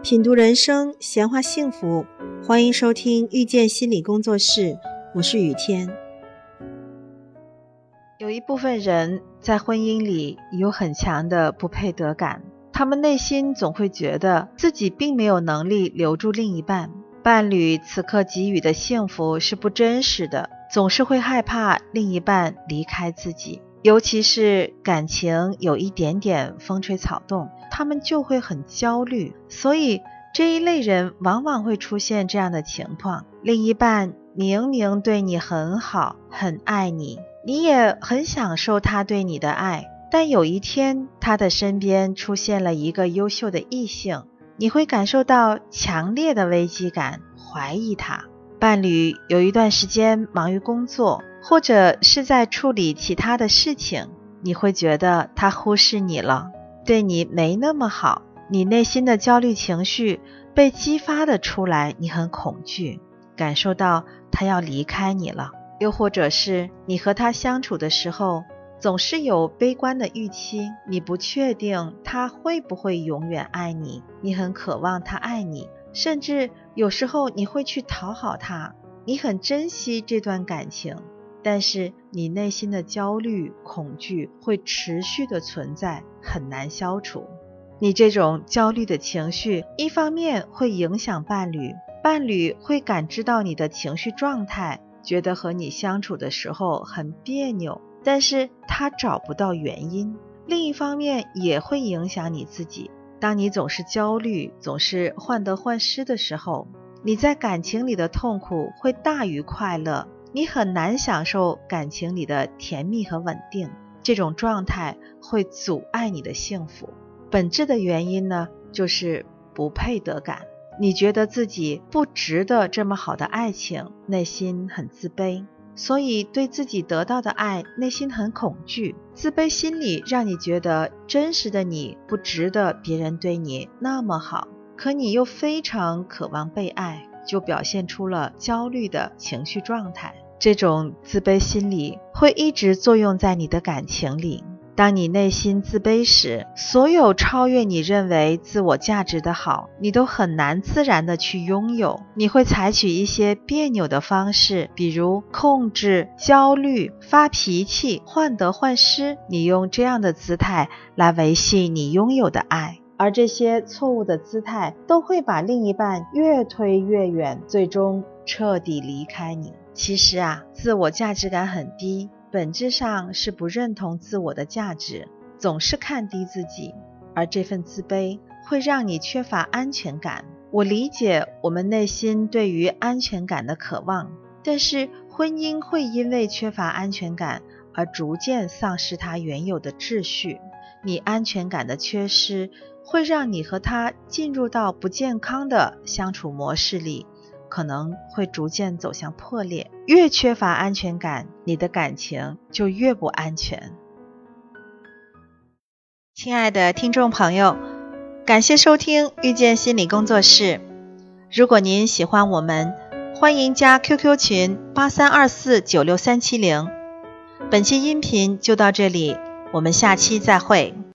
品读人生，闲话幸福，欢迎收听遇见心理工作室，我是雨天。 有一部分人在婚姻里有很强的不配得感，他们内心总会觉得自己并没有能力留住另一半，伴侣此刻给予的幸福是不真实的，总是会害怕另一半离开自己，尤其是感情有一点点风吹草动，他们就会很焦虑。所以这一类人往往会出现这样的情况，另一半明明对你很好，很爱你，你也很享受他对你的爱，但有一天他的身边出现了一个优秀的异性，你会感受到强烈的危机感，怀疑他。伴侣有一段时间忙于工作，或者是在处理其他的事情，你会觉得他忽视你了，对你没那么好，你内心的焦虑情绪被激发的出来，你很恐惧，感受到他要离开你了。又或者是你和他相处的时候总是有悲观的预期，你不确定他会不会永远爱你，你很渴望他爱你，甚至有时候你会去讨好他，你很珍惜这段感情，但是你内心的焦虑恐惧会持续的存在，很难消除。你这种焦虑的情绪一方面会影响伴侣，伴侣会感知到你的情绪状态，觉得和你相处的时候很别扭，但是他找不到原因。另一方面也会影响你自己，当你总是焦虑，总是患得患失的时候，你在感情里的痛苦会大于快乐，你很难享受感情里的甜蜜和稳定，这种状态会阻碍你的幸福。本质的原因呢，就是不配得感，你觉得自己不值得这么好的爱情，内心很自卑，所以对自己得到的爱内心很恐惧。自卑心理让你觉得真实的你不值得别人对你那么好，可你又非常渴望被爱，就表现出了焦虑的情绪状态。这种自卑心理会一直作用在你的感情里。当你内心自卑时，所有超越你认为自我价值的好，你都很难自然的去拥有。你会采取一些别扭的方式，比如控制、焦虑、发脾气、患得患失，你用这样的姿态来维系你拥有的爱。而这些错误的姿态都会把另一半越推越远，最终彻底离开你。其实自我价值感很低，本质上是不认同自我的价值，总是看低自己，而这份自卑会让你缺乏安全感。我理解我们内心对于安全感的渴望，但是婚姻会因为缺乏安全感而逐渐丧失它原有的秩序。你安全感的缺失会让你和他进入到不健康的相处模式里，可能会逐渐走向破裂。越缺乏安全感，你的感情就越不安全。亲爱的听众朋友，感谢收听遇见心理工作室。如果您喜欢我们，欢迎加 QQ 群8324963770。本期音频就到这里，我们下期再会。